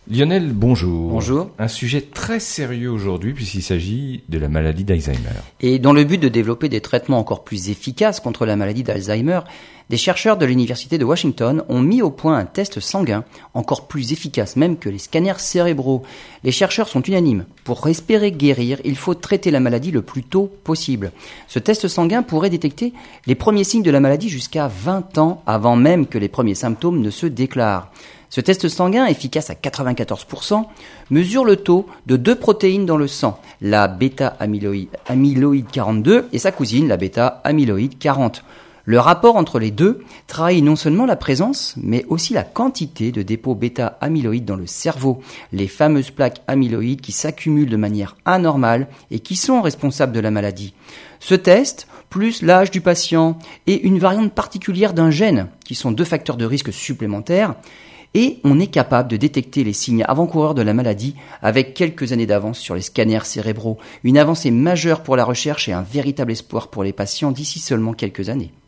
Lionel, bonjour. Bonjour. Un sujet très sérieux aujourd'hui puisqu'il s'agit de la maladie d'Alzheimer. Et dans le but de développer des traitements encore plus efficaces contre la maladie d'Alzheimer, des chercheurs de l'Université de Washington ont mis au point un test sanguin encore plus efficace même que les scanners cérébraux. Les chercheurs sont unanimes. Pour espérer guérir, il faut traiter la maladie le plus tôt possible. Ce test sanguin pourrait détecter les premiers signes de la maladie jusqu'à 20 ans avant même que les premiers symptômes ne se déclarent. Ce test sanguin, efficace à 94%, mesure le taux de deux protéines dans le sang, la bêta-amyloïde 42 et sa cousine, la bêta-amyloïde 40. Le rapport entre les deux trahit non seulement la présence, mais aussi la quantité de dépôts bêta-amyloïdes dans le cerveau, les fameuses plaques amyloïdes qui s'accumulent de manière anormale et qui sont responsables de la maladie. Ce test, plus l'âge du patient et une variante particulière d'un gène, qui sont deux facteurs de risque supplémentaires, et on est capable de détecter les signes avant-coureurs de la maladie avec quelques années d'avance sur les scanners cérébraux. Une avancée majeure pour la recherche et un véritable espoir pour les patients d'ici seulement quelques années.